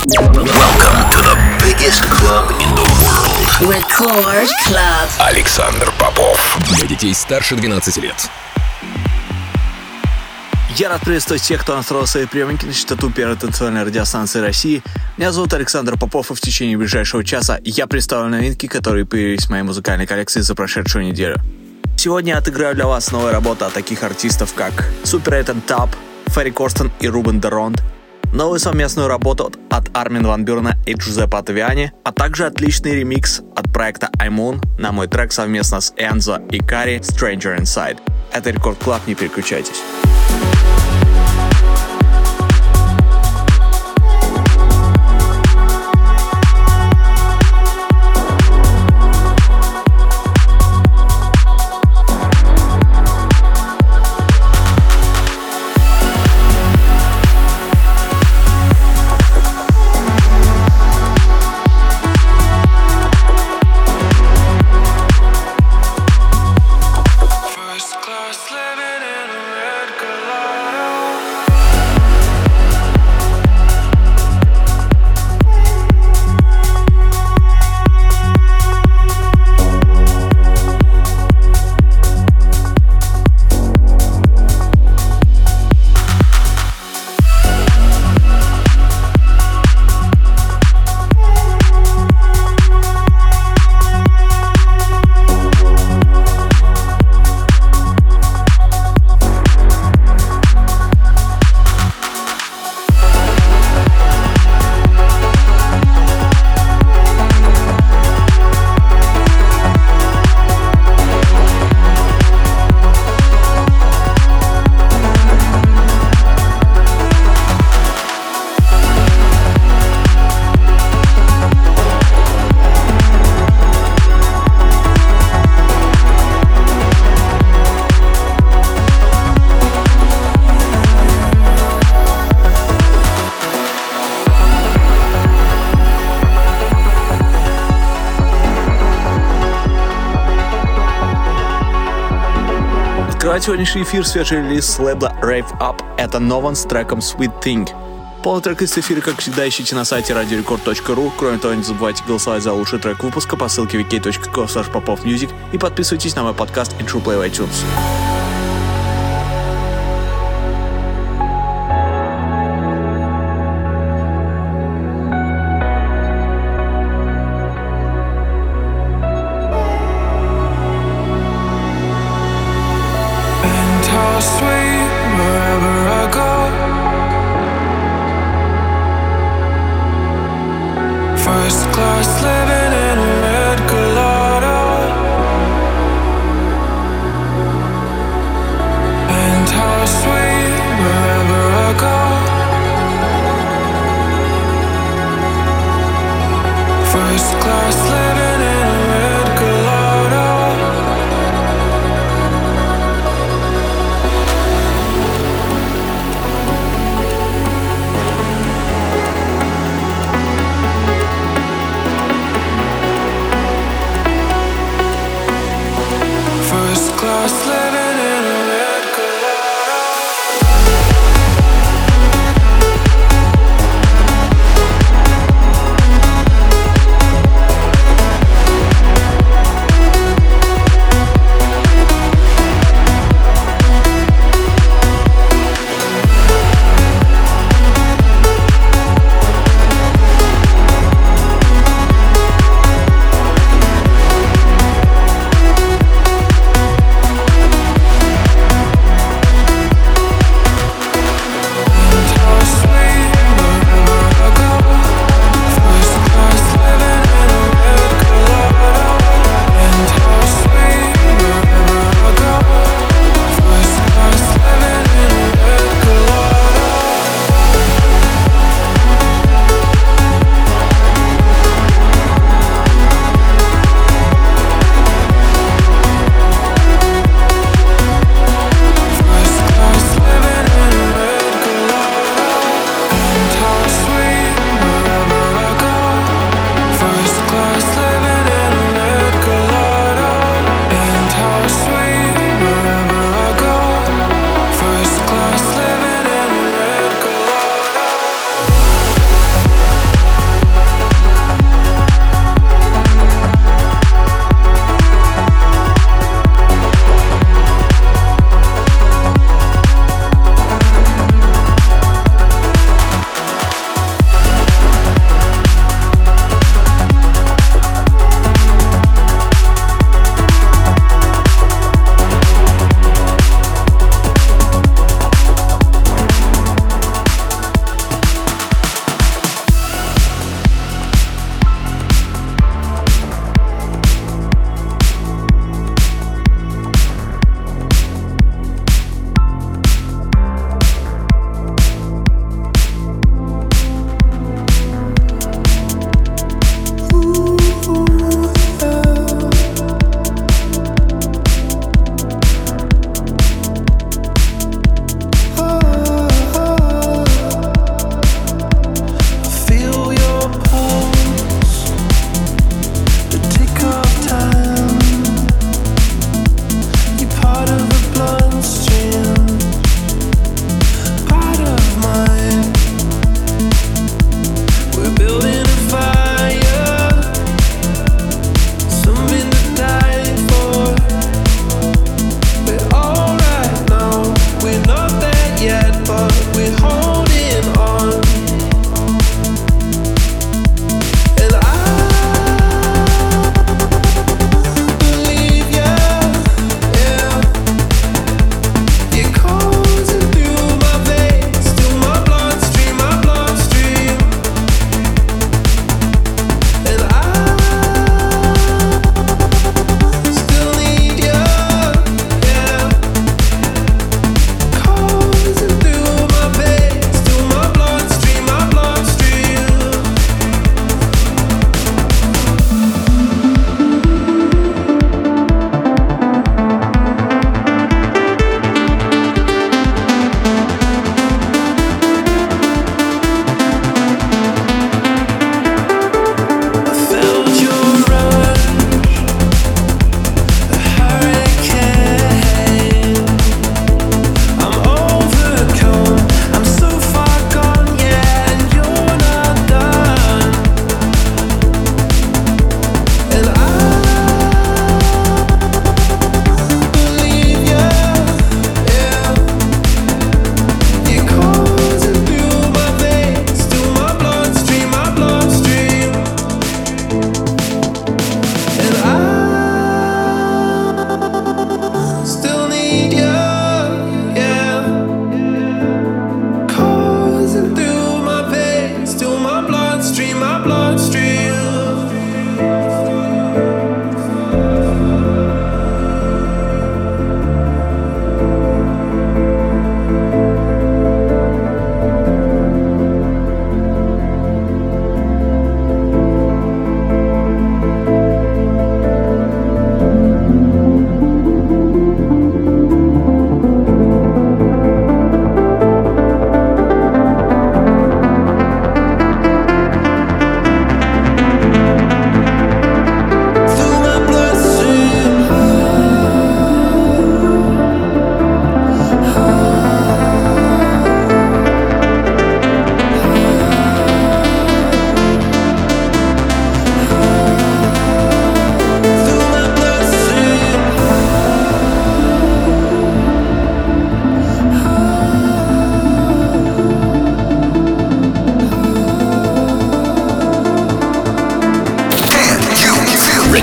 Welcome to the biggest club in the world. Record Club. Александр Попов. Для детей старше 12 лет. Я рад приветствовать всех, кто настроил свои приемники на частоту первой танцевальной радиостанции России. Меня зовут Александр Попов, и в течение ближайшего часа я представлю новинки, которые появились в моей музыкальной коллекции за прошедшую неделю. Сегодня я отыграю для вас новые работы от таких артистов, как Super 8 and Top, Ферри Корстен и Рубен де Ронт, новую совместную работу от Армин ван Бюрена и Джузеппе Оттавиани, а также отличный ремикс от проекта iMoon на мой трек совместно с Энзо и Кари Stranger Inside. Это Рекорд Клаб, не переключайтесь. Открывать сегодняшний эфир свежий релиз с лейбла Rave Up — это Нован с треком Sweet Thing. Полный трек из эфира, как всегда, ищите на сайте radiorecord.ru. Кроме того, не забывайте голосовать за лучший трек выпуска по ссылке wiki.co/popofmusic и подписывайтесь на мой подкаст in TruePlay в iTunes.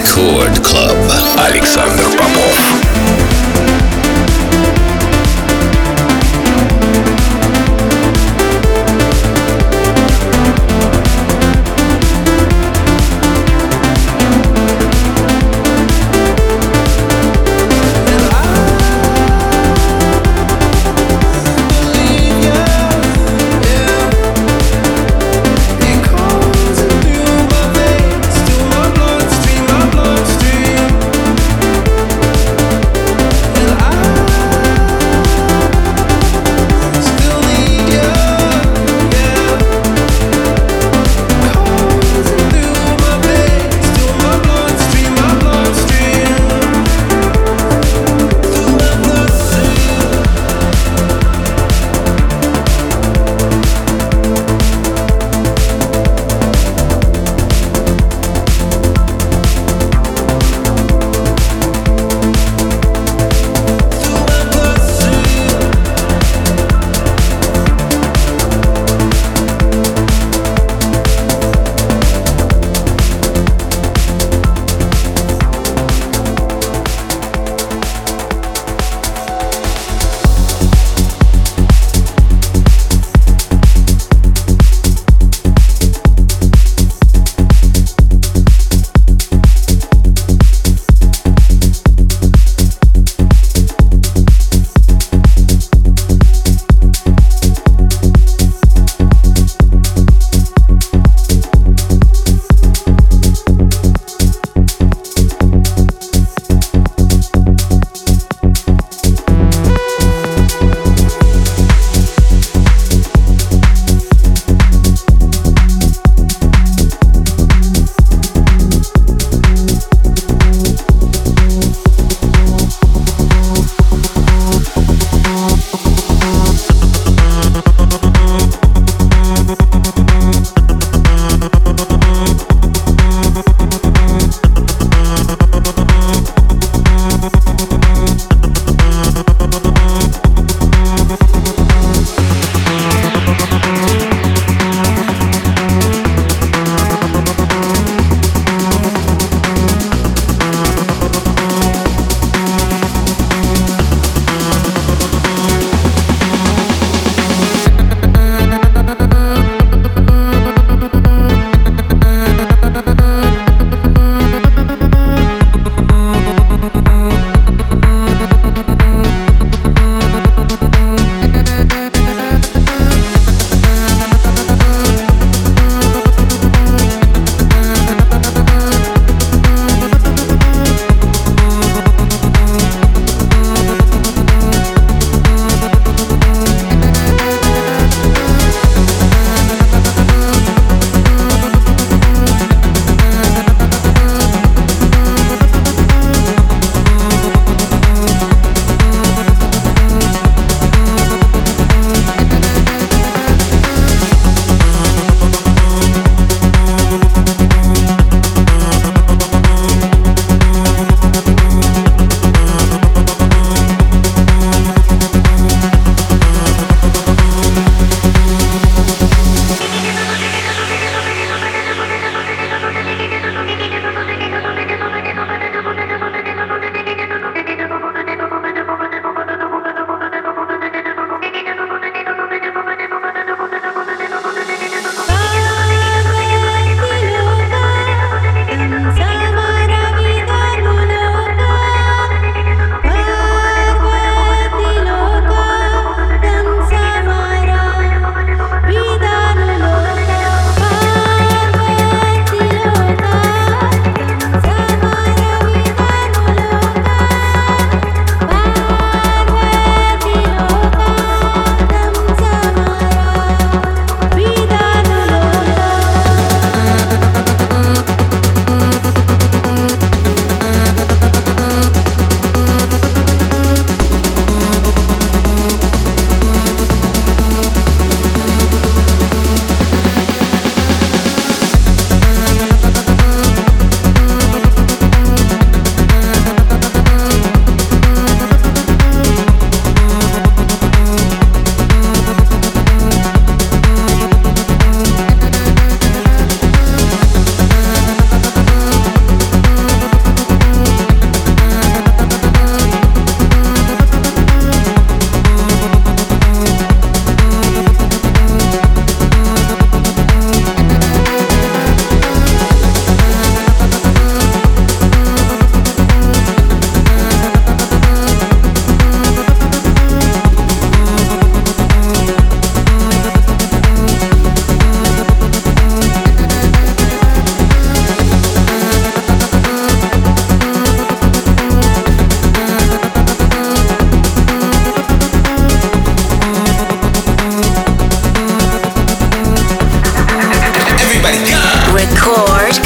Рекорд Клаб. Александр Попов.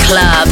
Club.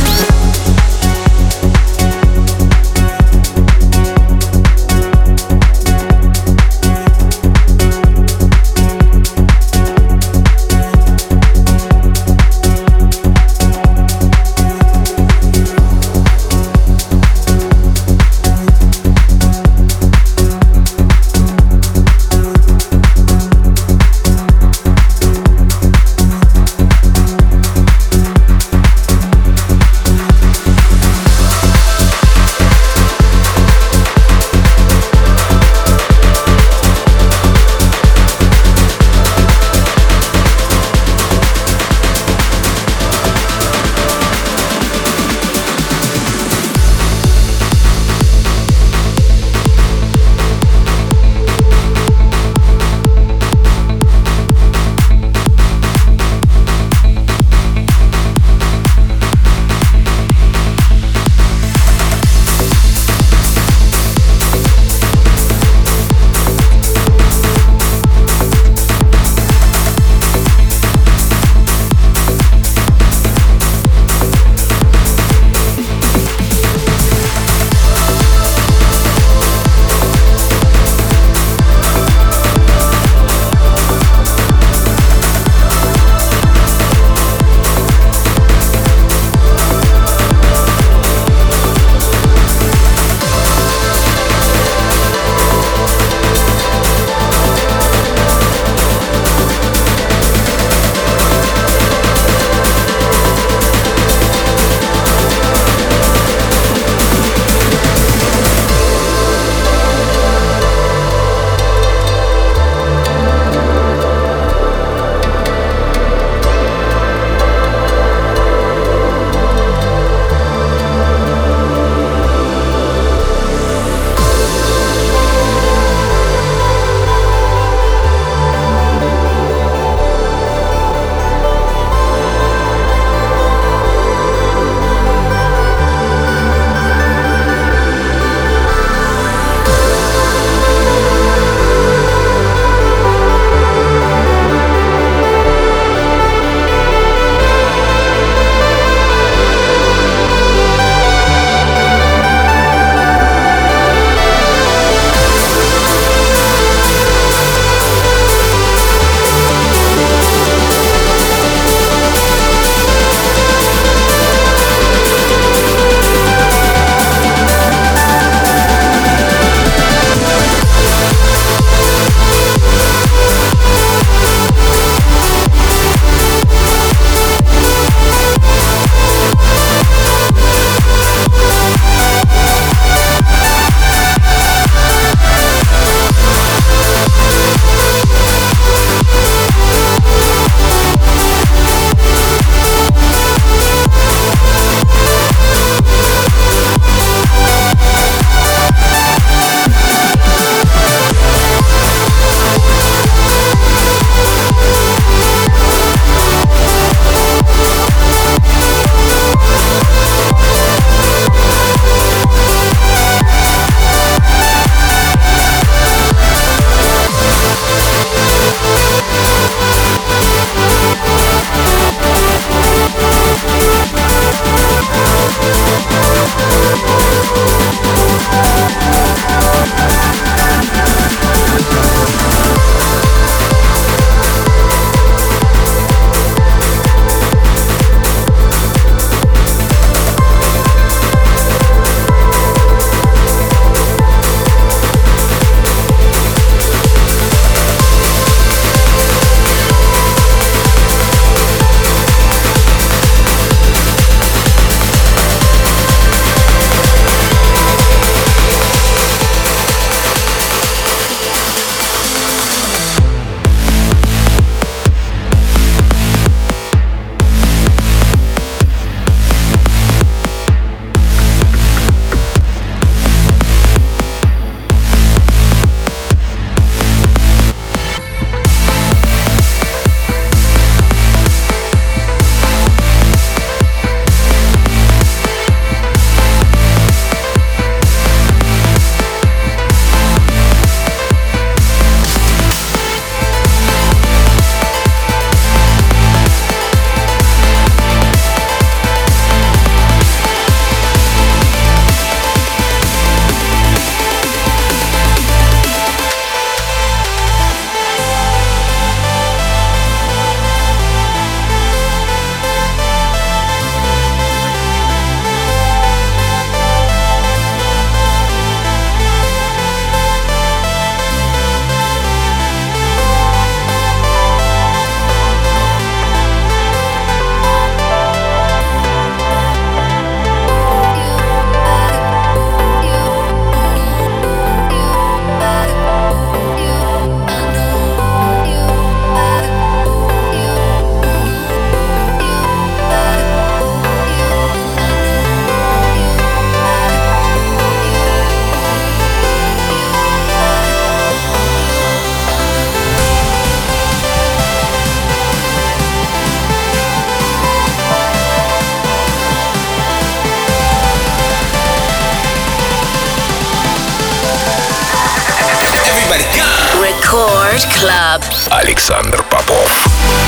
Record Club. Александр Попов.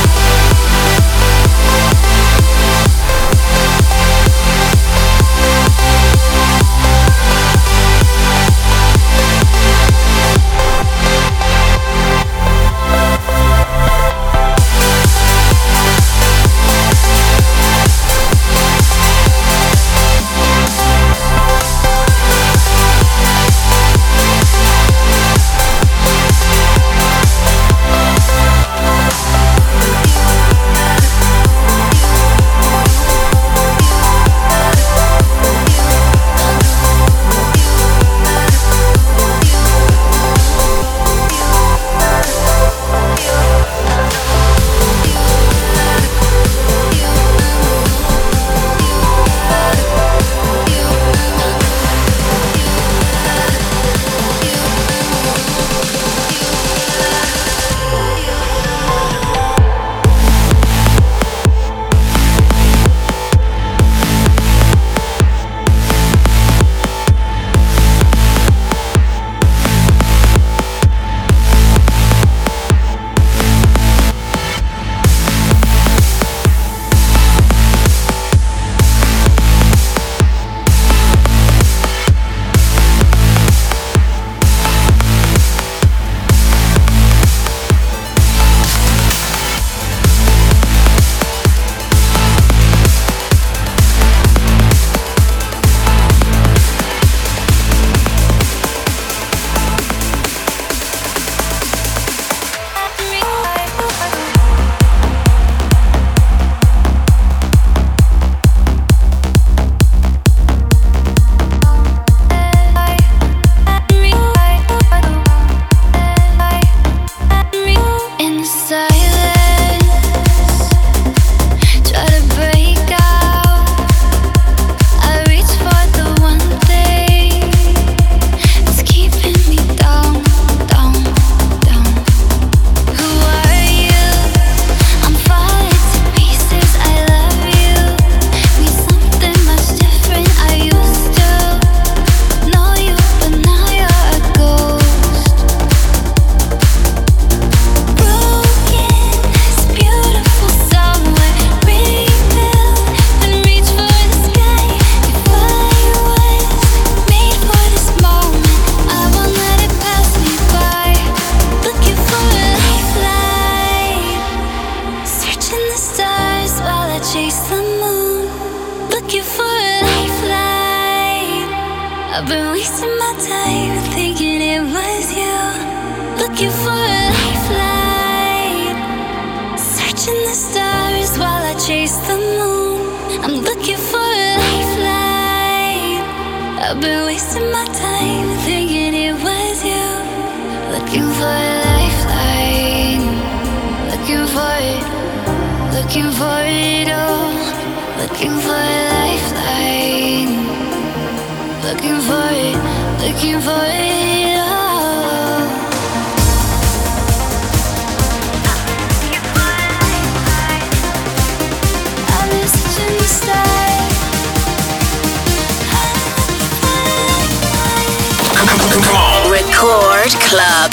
I've been wasting my time thinking it was you. Looking for a lifeline, searching the stars while I chase the moon. I'm looking for a lifeline. I've been wasting my time thinking it was you. Looking for a lifeline, looking for it, looking for it all. Looking for a lifeline, looking for it, looking for it all. I've been searching the stars. Come on. Record Club.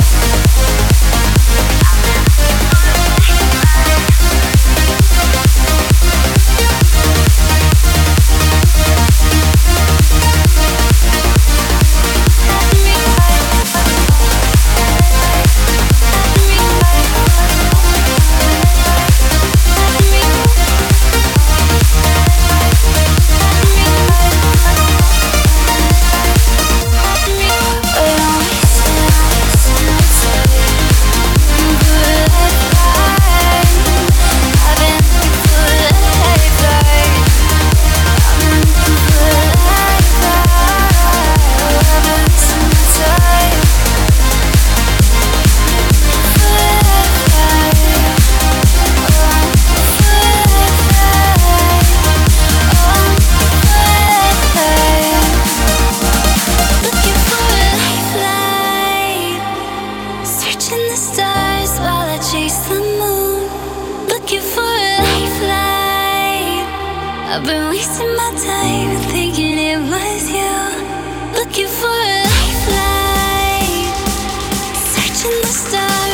I've been wasting my time thinking it was you. Looking for a lifeline, searching the stars.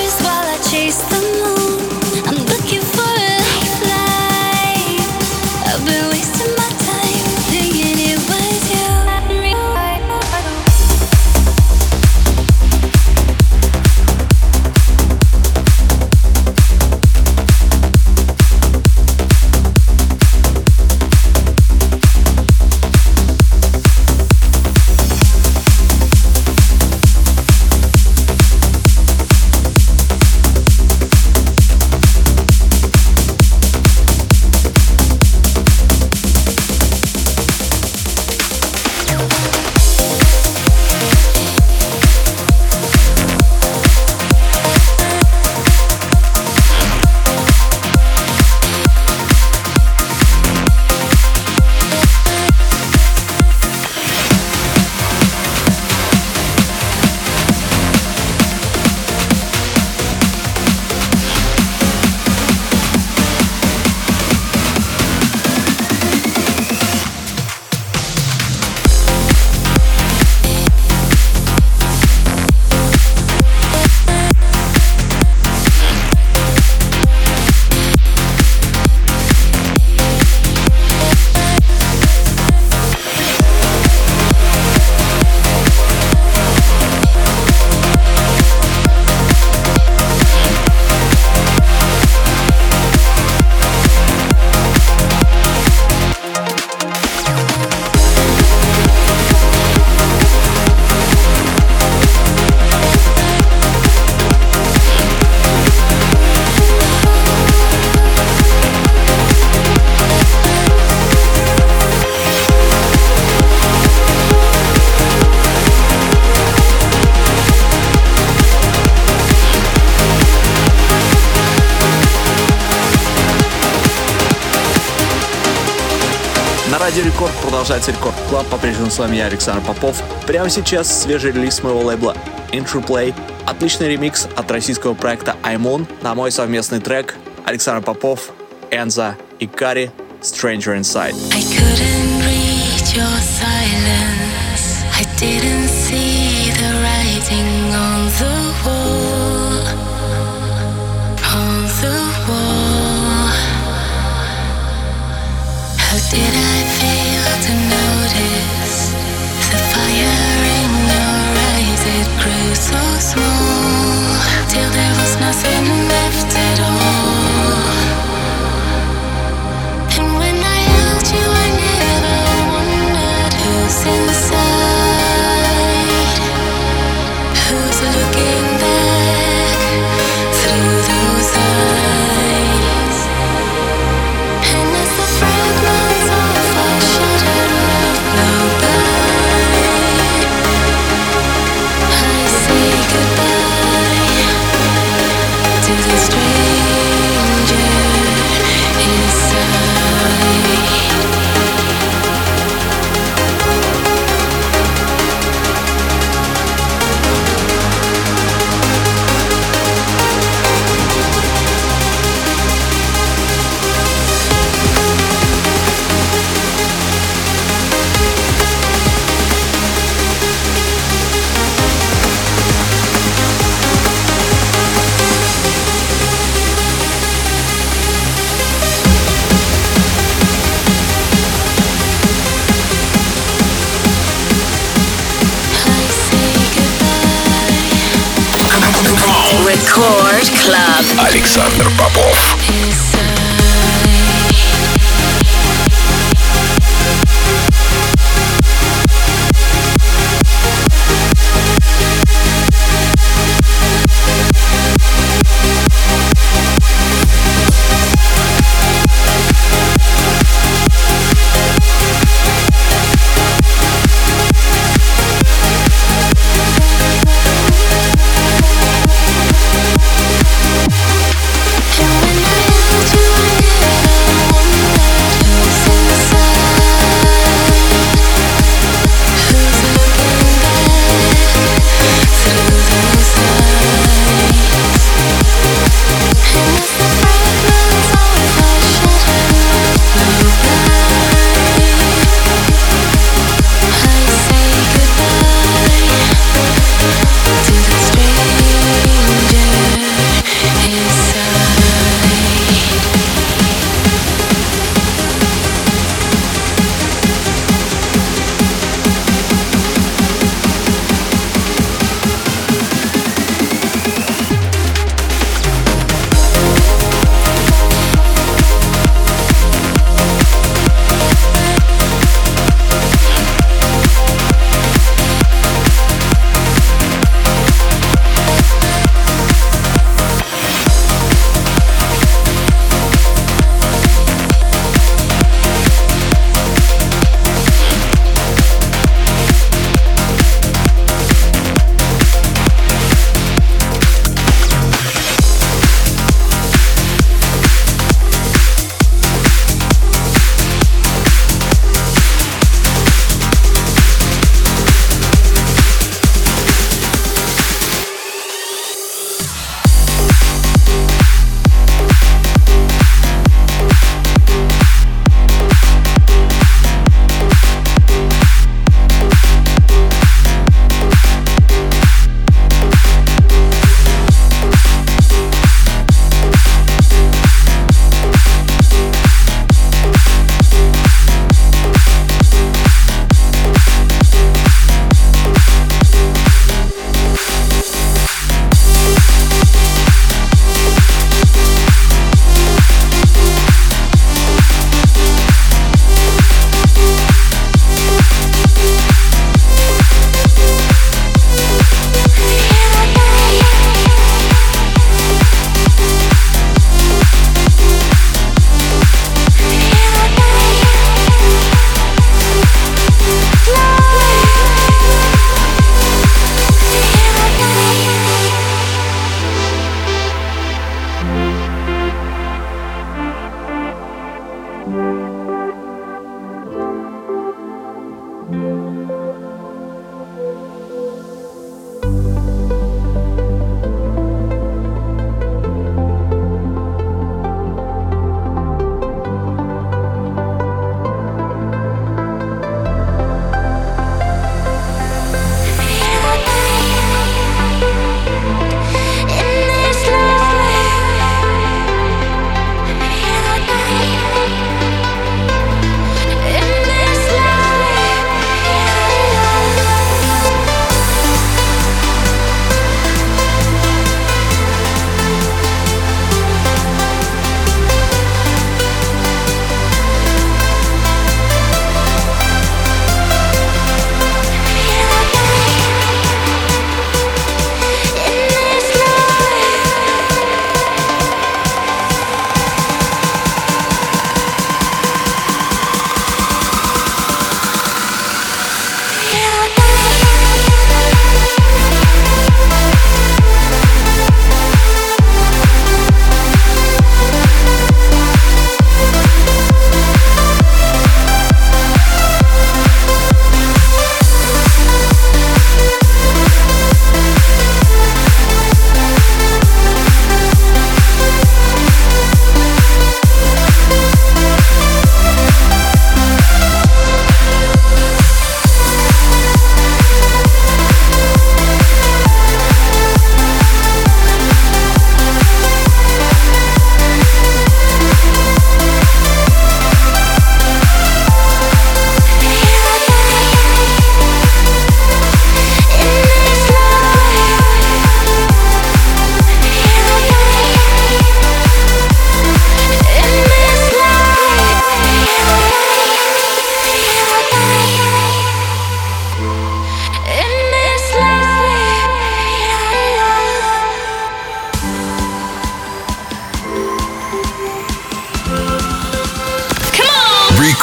Радио Рекорд продолжается Рекорд Клаб. По-прежнему с вами я, Александр Попов. Прямо сейчас свежий релиз моего лейбла Interplay. Отличный ремикс от российского проекта iMoon на мой совместный трек Александр Попов, Энза и Кари Stranger Inside. I couldn't read your silence. I didn't see the writing on the wall. On the wall. How did I fail to notice the fire in your eyes? It grew so small till there was nothing left at all. And when I held you, I never wondered who's inside, who's looking back through those eyes. And as the fragments of our shattered world blow by, I say goodbye to the stranger inside. Record Club. Александр Попов.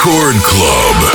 Record Club.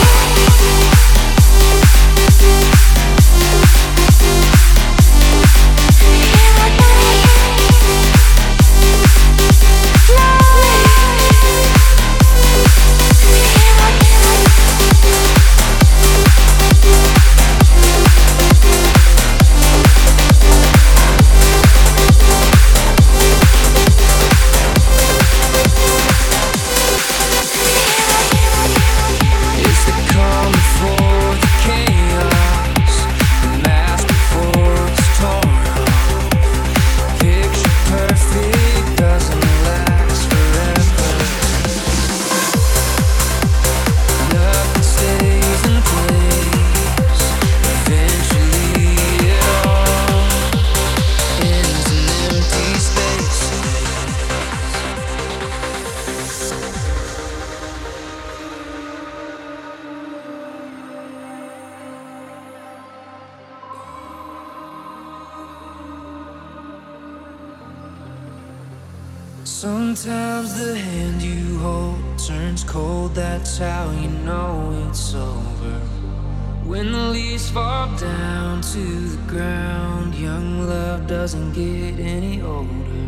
Sometimes the hand you hold turns cold, that's how you know it's over. When the leaves fall down to the ground, young love doesn't get any older.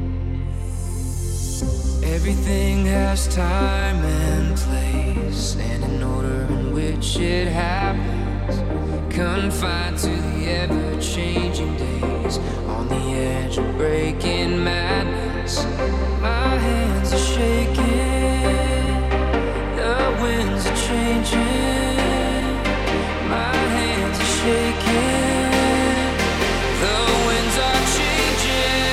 Everything has time and place, and an order in which it happens, confined to the ever-changing days, on the edge of breaking madness. My hands are shaking, the winds are changing. My hands are shaking, the winds are changing.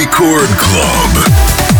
Record Club.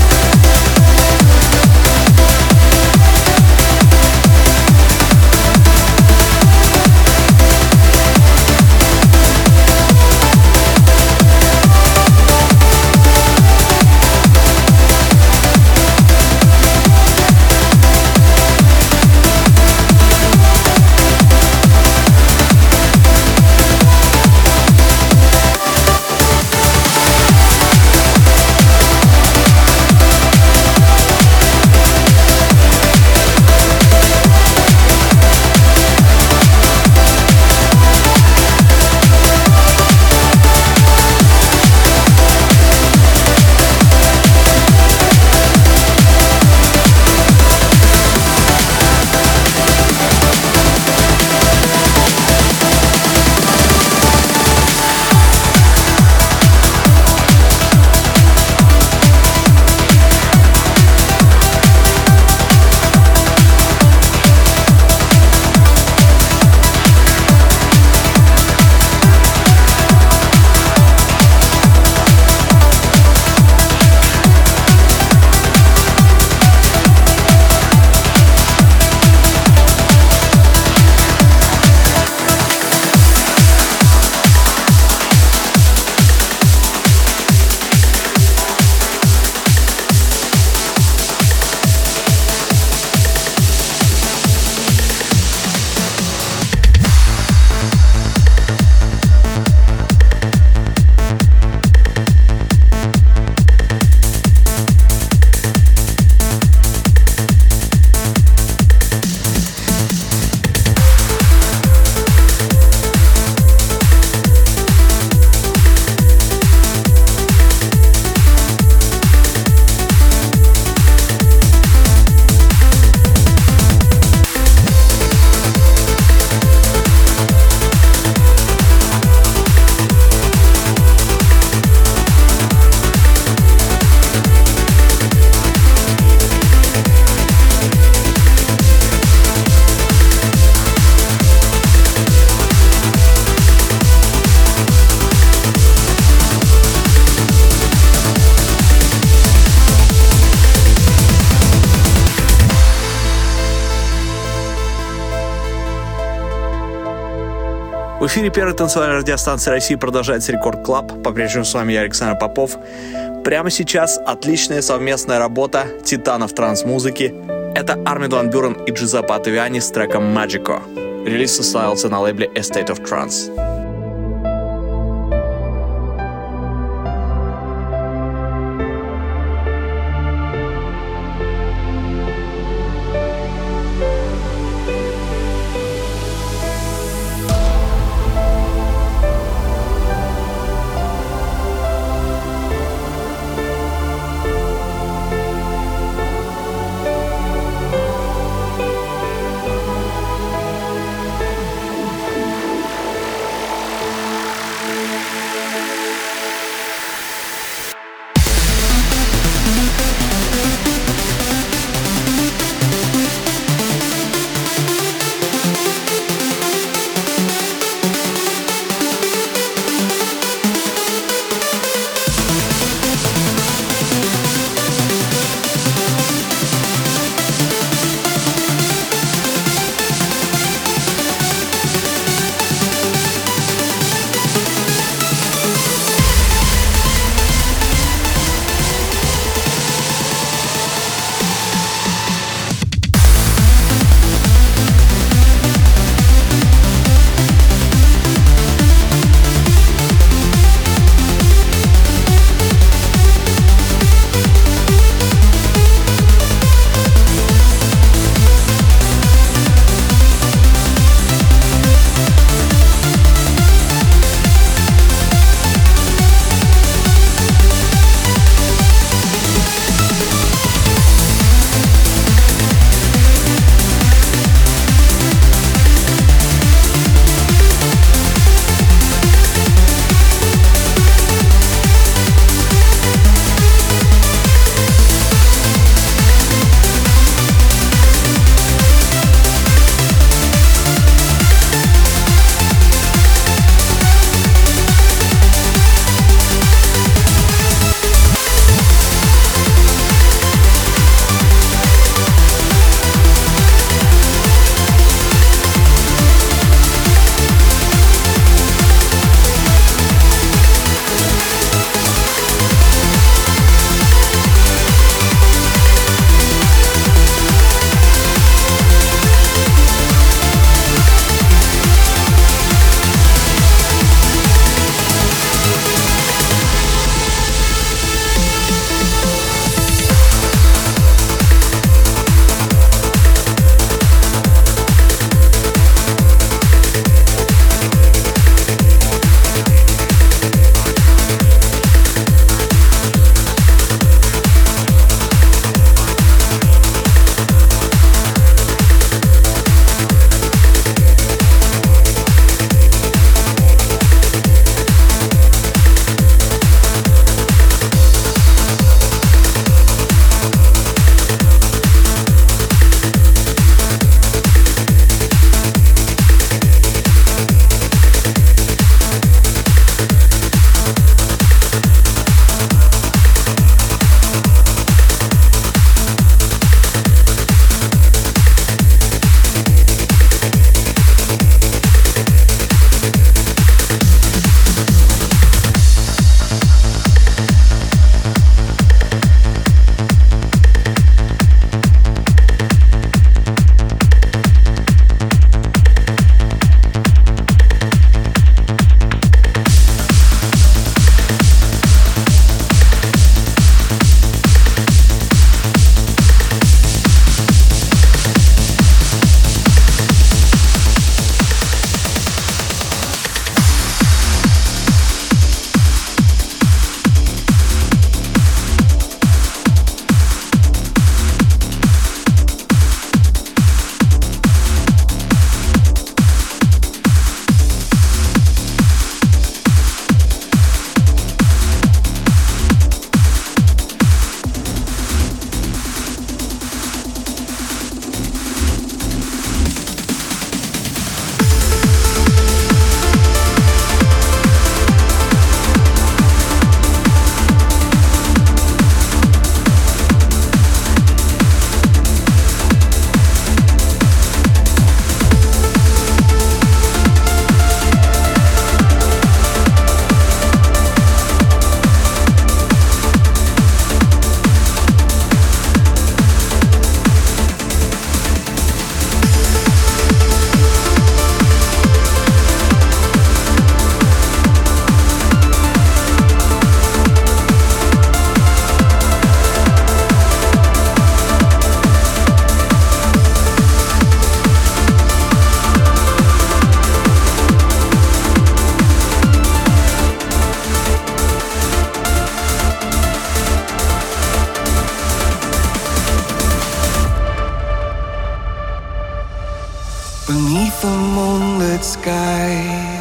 В эфире первой танцевальной радиостанции России продолжается Рекорд Клаб. По-прежнему с вами я, Александр Попов. Прямо сейчас отличная совместная работа титанов транс-музыки. Это Армин ван Бюрен и Джузеппе Оттавиани с треком Magico. Релиз состоялся на лейбле A State of Trance.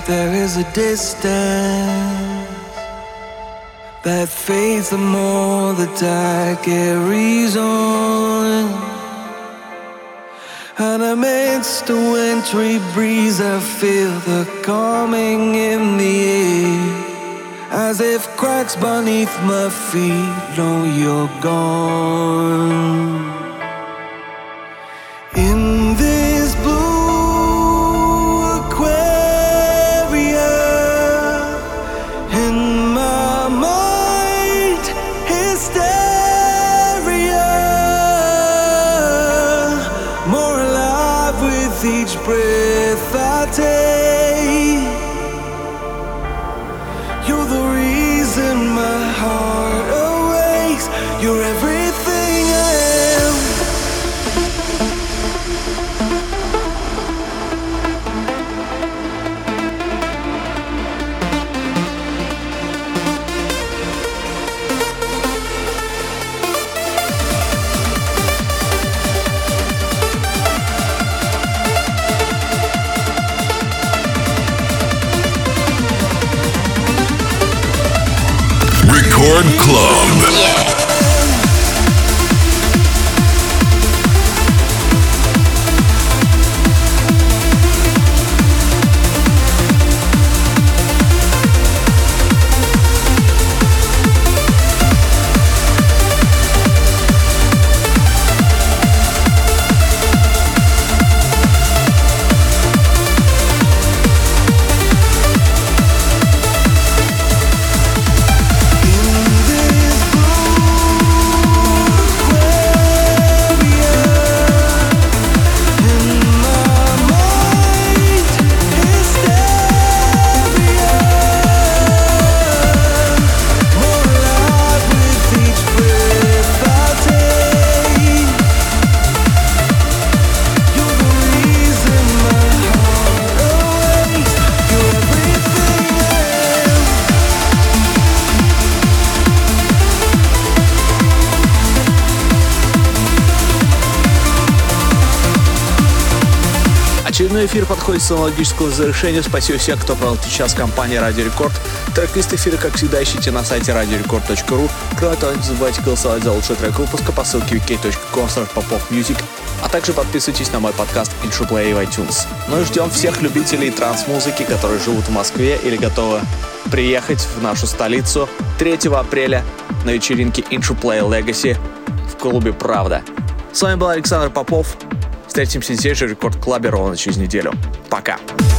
there is a distance that fades the more the tide carries on. And amidst the wintry breeze I feel the calming in the air, as if cracks beneath my feet know you're gone. In this blue aquarium, in my mind, hysteria, more alive with each breath I take. You're the reason my heart awakes. You're everything I am. Record Club. Очередной эфир подходит к своему логическому завершению. Спасибо всем, кто провел этот час в компании Радио Рекорд. Трек-лист эфира, как всегда, ищите на сайте radiorecord.ru. Кроме того, не забывайте голосовать за лучший трек выпуска по ссылке wiki.com/popofmusic, а также подписывайтесь на мой подкаст IntruPlay в iTunes. Ну и ждем всех любителей транс-музыки, которые живут в Москве или готовы приехать в нашу столицу 3 апреля на вечеринке IntruPlay Legacy в клубе «Правда». С вами был Александр Попов. Встретимся здесь же в Рекорд Клабе ровно через неделю. Пока.